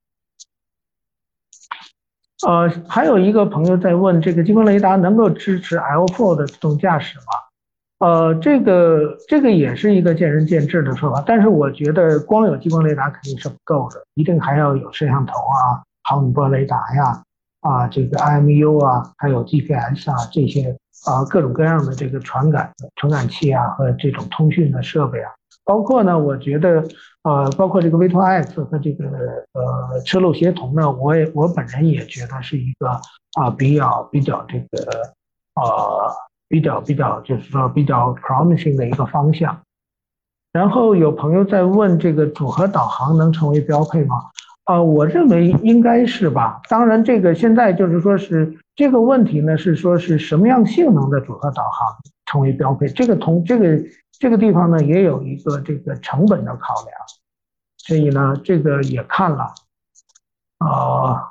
的。呃，还有一个朋友在问，这个激光雷达能够支持 L 四 的自动驾驶吗？呃，这个这个也是一个见仁见智的说法，但是我觉得光有激光雷达肯定是不够的，一定还要有摄像头啊、毫米波雷达呀、啊这个 I M U 啊，还有 G P S 啊这些。啊，各种各样的这个传感传感器啊，和这种通讯的设备啊，包括呢，我觉得，呃，包括这个 V 二 X 和这个呃车路协同呢，我也我本人也觉得是一个啊比较比较这个呃比较比较就是说比较 promising 的一个方向。然后有朋友在问这个组合导航能成为标配吗？啊，我认为应该是吧。当然，这个现在就是说是这个问题呢，是说是什么样性能的组合导航成为标配？这个同这个这个地方呢，也有一个这个成本的考量，所以呢，这个也看了。啊、呃，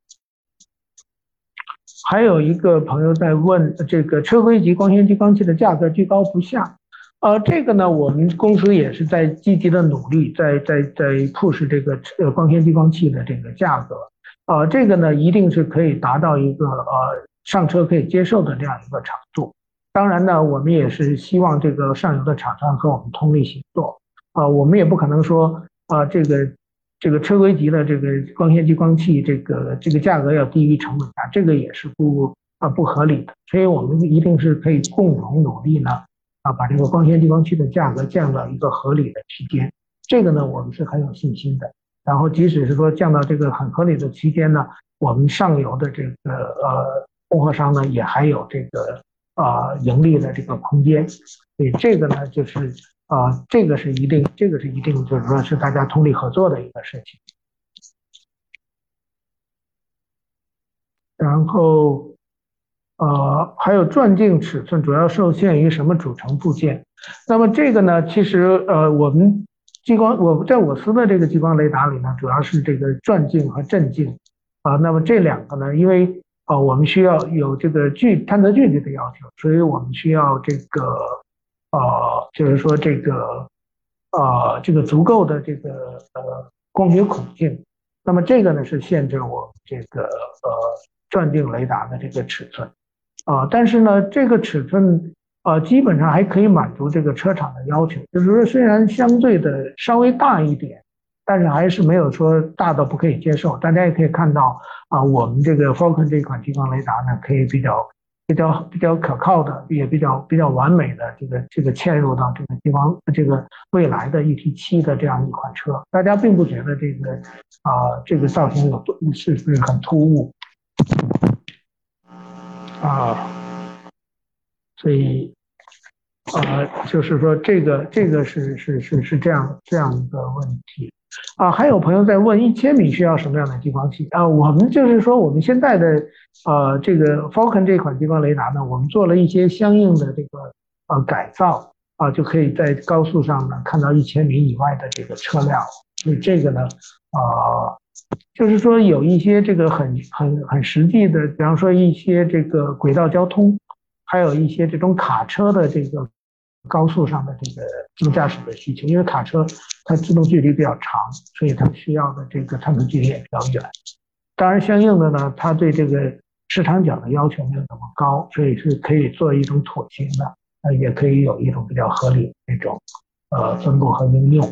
还有一个朋友在问这个车规级光纤激光器的价格居高不下。呃，这个呢，我们公司也是在积极的努力，在在在 push 这个呃光纤激光器的这个价格，呃，这个呢一定是可以达到一个呃上车可以接受的这样一个程度。当然呢，我们也是希望这个上游的厂商和我们通力协作，啊、呃，我们也不可能说啊、呃、这个这个车规级的这个光纤激光器这个这个价格要低于成本价，这个也是不啊、呃、不合理的，所以我们一定是可以共同努力呢。啊，把这个光纤激光器的价格降到一个合理的区间，这个呢，我们是很有信心的。然后，即使是说降到这个很合理的区间呢，我们上游的这个呃供货商呢，也还有这个啊、呃、盈利的这个空间。所以这个呢，就是啊、呃，这个是一定，这个是一定，就是说是大家通力合作的一个事情。然后。呃，还有转径尺寸主要受限于什么组成部件？那么这个呢，其实呃，我们激光我在我司的这个激光雷达里呢，主要是这个转径和振径啊、呃。那么这两个呢，因为啊、呃，我们需要有这个距探测距离的要求，所以我们需要这个呃，就是说这个呃，这个足够的这个呃光学孔径。那么这个呢是限制我们这个呃转径雷达的这个尺寸。啊、呃，但是呢，这个尺寸呃基本上还可以满足这个车厂的要求，就是说虽然相对的稍微大一点，但是还是没有说大到不可以接受。大家也可以看到啊、呃，我们这个 Falcon 这款激光雷达呢，可以比较比较比较可靠的，也比较比较完美的这个这个嵌入到这个地方这个未来的 E T 七的这样一款车，大家并不觉得这个啊、呃、这个造型有多是不是很突兀啊、所以呃就是说这个这个是是是是这样这样一个问题。啊，还有朋友在问一千米需要什么样的激光器啊？我们就是说，我们现在的呃这个 Falcon 这款激光雷达呢，我们做了一些相应的这个呃改造啊，就可以在高速上呢看到一千米以外的这个车辆。所以这个呢，啊、就是说有一些这个很很很实际的，比方说一些这个轨道交通，还有一些这种卡车的这个高速上的这个自动驾驶的需求，因为卡车它制动距离比较长，所以它需要的这个探测距离也比较远。当然，相应的呢，它对这个市场角的要求没有那么高，所以是可以做一种妥协的，呃，也可以有一种比较合理的这种呃分布和应用。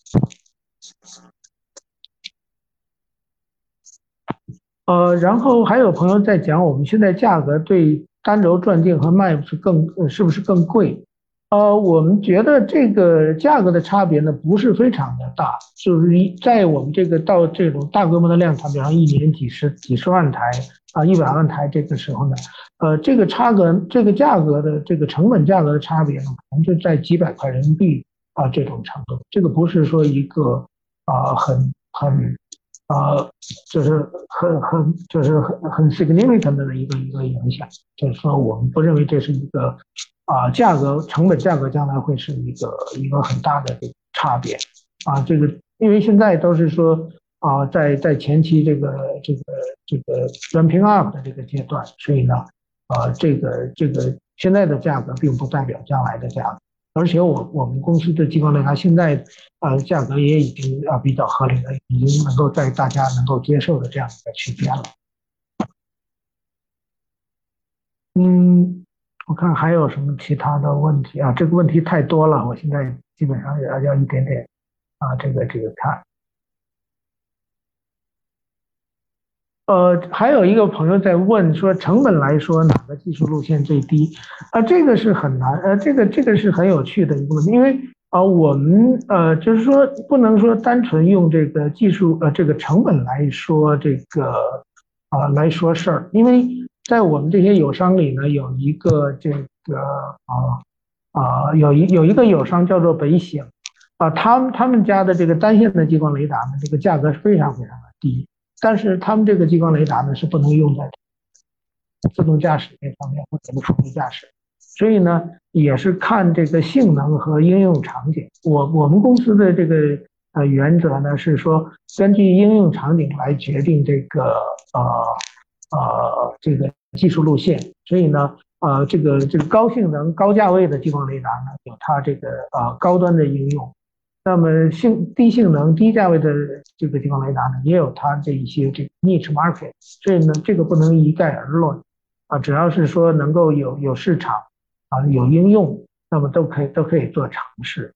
呃，然后还有朋友在讲，我们现在价格对单轴转镜和 Maps 更呃是不是更贵？呃，我们觉得这个价格的差别呢不是非常的大，就是一在我们这个到这种大规模的量产，比方一年几十几十万台啊一百万台这个时候呢，呃，这个差额这个价格的这个成本价格的差别呢，可能就在几百块人民币啊这种程度，这个不是说一个啊很很呃，就是很很就是很很 significant 的一个一个影响，就是说我们不认为这是一个啊、价格成本价格将来会是一个一个很大的这个差别啊，这个因为现在都是说啊、在在前期这个这个这个 ramping up 的这个阶段，所以呢，啊这个这个现在的价格并不代表将来的价格。而且我我们公司的激光雷达现在呃价格也已经啊比较合理了，已经能够在大家能够接受的这样一个区间了。嗯，我看还有什么其他的问题啊？这个问题太多了，我现在基本上也要要一点点啊这个这个看。呃，还有一个朋友在问说，成本来说哪个技术路线最低？啊、这个是很难，呃，这个这个是很有趣的一个问题，因为啊、呃我们呃就是说不能说单纯用这个技术呃这个成本来说这个啊、来说事儿，因为在我们这些友商里呢，有一个这个啊啊、有一有一个友商叫做北醒啊、他们他们家的这个单线的激光雷达呢，这个价格是非常非常的低。但是他们这个激光雷达呢是不能用在自动驾驶这方面或者是辅助驾驶，所以呢也是看这个性能和应用场景。我我们公司的这个呃原则呢是说，根据应用场景来决定这个呃呃这个技术路线。所以呢呃这个这个高性能高价位的激光雷达呢有它这个呃高端的应用。那么性低性能低价位的这个激光雷达呢，也有它这一些这个 niche market，所以呢，这个不能一概而论啊。只要是说能够有有市场啊，有应用，那么都可以都可以做尝试。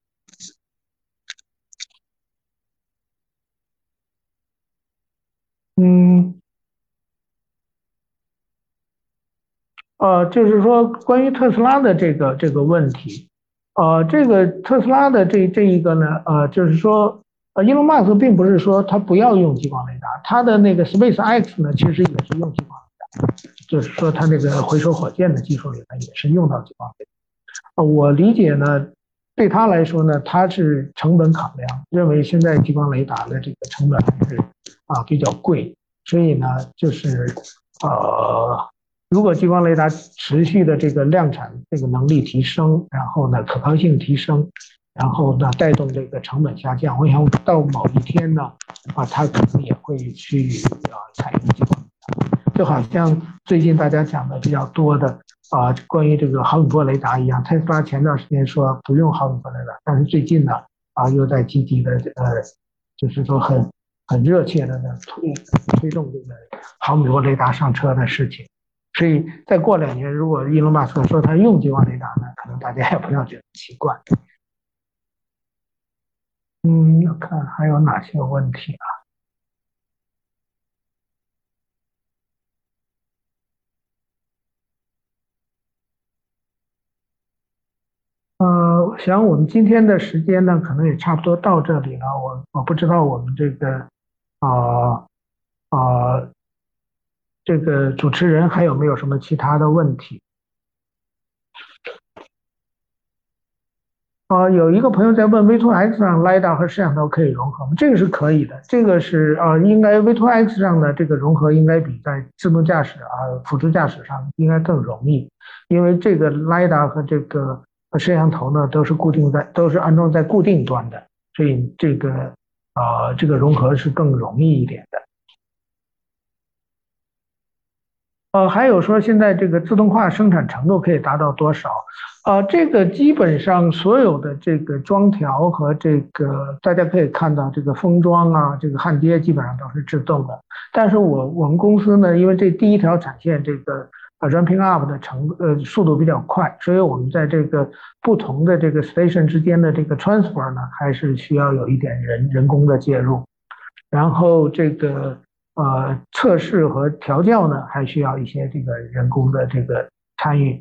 嗯，呃，就是说关于特斯拉的这个这个问题，呃，这个特斯拉的这这一个呢，呃，就是说，呃，伊隆马斯克并不是说他不要用激光雷达，他的那个 Space X 呢，其实也是用激光雷达，就是说他那个回收火箭的技术里面也是用到激光雷达。呃我理解呢，对他来说呢，他是成本考量，认为现在激光雷达的这个成本还是啊比较贵，所以呢，就是呃，如果激光雷达持续的这个量产这个能力提升，然后呢可靠性提升，然后呢带动这个成本下降，我想到某一天呢，啊，他可能也会去啊采用激光。就好像最近大家讲的比较多的啊、呃关于这个毫米波雷达一样，特斯拉前段时间说不用毫米波雷达，但是最近呢啊又在积极的呃，就是说很很热切的呢推推动这个毫米波雷达上车的事情。所以再过两年，如果伊隆马斯克说他用激光雷达呢，可能大家也不要觉得奇怪。嗯，要看还有哪些问题啊？ 我想我们今天的时间呢，可能也差不多到这里了。我我不知道我们这个啊啊、这个主持人还有没有什么其他的问题？啊、有一个朋友在问 V 二 X 上 LiDAR 和摄像头可以融合吗？这个是可以的，这个是啊、应该 V 二 X 上的这个融合应该比在自动驾驶啊、辅助驾驶上应该更容易，因为这个 LiDAR 和这个和摄像头呢都是固定在都是安装在固定端的，所以这个啊、这个融合是更容易一点的。呃，还有说现在这个自动化生产程度可以达到多少？呃，这个基本上所有的这个装条和这个大家可以看到，这个封装啊，这个焊接基本上都是自动的。但是我我们公司呢，因为这第一条产线这个呃 ramping up 的程呃速度比较快，所以我们在这个不同的这个 station 之间的这个 transfer 呢，还是需要有一点人人工的介入。然后这个呃测试和调教呢，还需要一些这个人工的这个参与。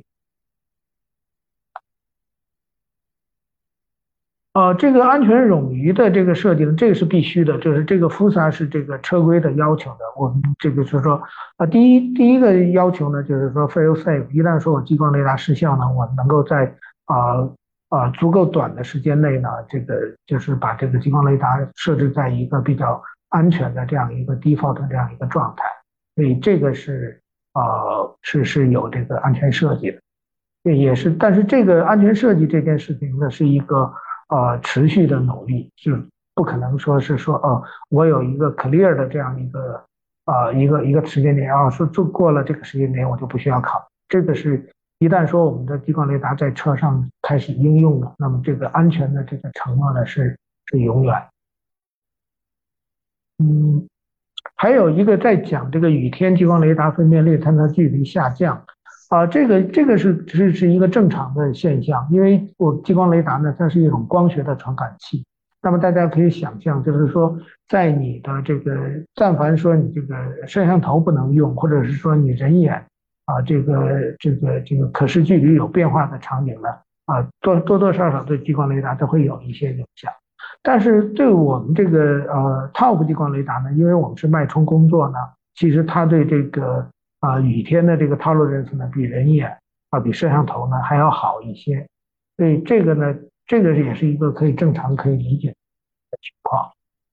呃，这个安全冗余的这个设计呢，这个是必须的，就是这个 F S A 是这个车规的要求的。我们这个就是说，啊，第一第一个要求呢，就是说 fail safe，一旦说我激光雷达失效呢，我能够在啊啊足够短的时间内呢，这个就是把这个激光雷达设置在一个比较安全的这样一个 default 这样一个状态。所以这个是呃是是有这个安全设计的。也是，但是这个安全设计这件事情呢，是一个呃持续的努力，是不可能说是说哦，我有一个 clear 的这样一个呃一个一个时间点啊，说做过了这个时间点我就不需要考。这个是一旦说我们的激光雷达在车上开始应用了，那么这个安全的这个承诺呢是是永远。嗯，还有一个在讲这个雨天激光雷达分辨率探测距离下降。啊，这个这个是是是一个正常的现象，因为我激光雷达呢，它是一种光学的传感器。那么大家可以想象，就是说，在你的这个，但凡说你这个摄像头不能用，或者是说你人眼啊，这个这个这个可视距离有变化的场景呢，啊，多多多少少对激光雷达都会有一些影响。但是对我们这个呃 Top 激光雷达呢，因为我们是脉冲工作呢，其实它对这个啊、雨天的这个 tolerance 呢，比人眼啊，比摄像头呢还要好一些。所以这个呢，这个也是一个可以正常可以理解的情况。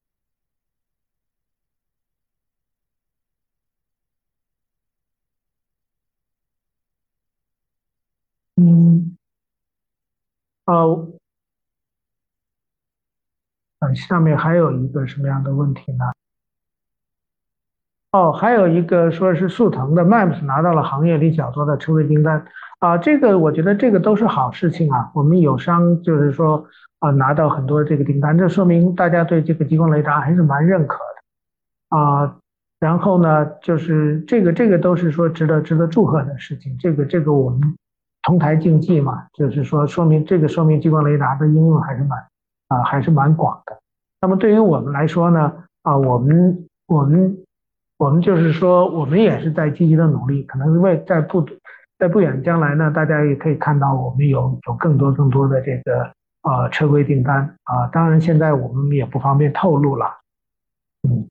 嗯，呃，呃下面还有一个什么样的问题呢？哦，还有一个说是速腾的 Maps 拿到了行业里较多的车位订单啊，这个我觉得这个都是好事情啊。我们友商就是说啊拿到很多这个订单，这说明大家对这个激光雷达还是蛮认可的啊。然后呢，就是这个这个都是说值得值得祝贺的事情。这个这个我们同台竞技嘛，就是说说明这个说明激光雷达的应用还是蛮啊还是蛮广的。那么对于我们来说呢，啊我们我们我们就是说，我们也是在积极的努力，可能为在不在不远将来呢，大家也可以看到我们有有更多更多的这个呃车规订单啊，当然现在我们也不方便透露了。嗯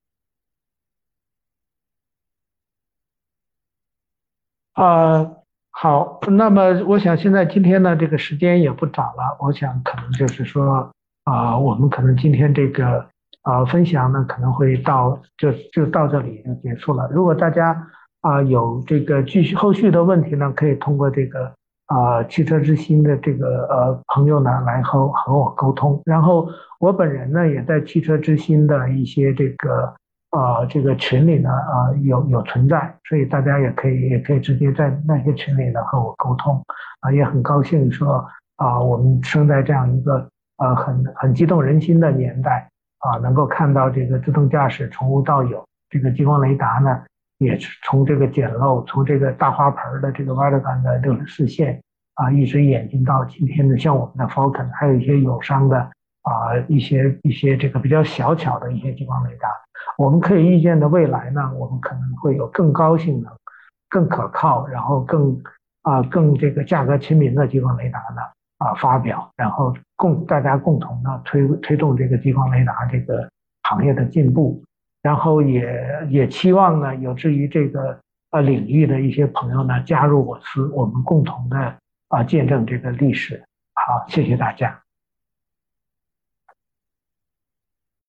啊，好，那么我想现在今天呢这个时间也不早了，我想可能就是说啊，我们可能今天这个啊分享呢可能会到就就到这里就结束了。如果大家啊有这个继续后续的问题呢，可以通过这个啊汽车之星的这个呃朋友呢来和和我沟通。然后我本人呢也在汽车之星的一些这个啊这个群里呢啊有有存在，所以大家也可以也可以直接在那些群里呢和我沟通。啊，也很高兴说啊我们生在这样一个呃很很激动人心的年代。啊，能够看到这个自动驾驶从无到有，这个激光雷达呢，也是从这个简陋，从这个大花盆的这个 Vatican 的六十四线啊，一直演进到今天的像我们的 Falcon，还有一些友商的啊一些一些这个比较小巧的一些激光雷达，我们可以预见的未来呢，我们可能会有更高性能、更可靠，然后更啊更这个价格亲民的激光雷达呢。 啊发表，然后共大家共同的推推动这个激光雷达这个行业的进步，然后也也期望呢有志于这个呃领域的一些朋友呢加入我司，我们共同的啊见证这个历史。好，谢谢大家。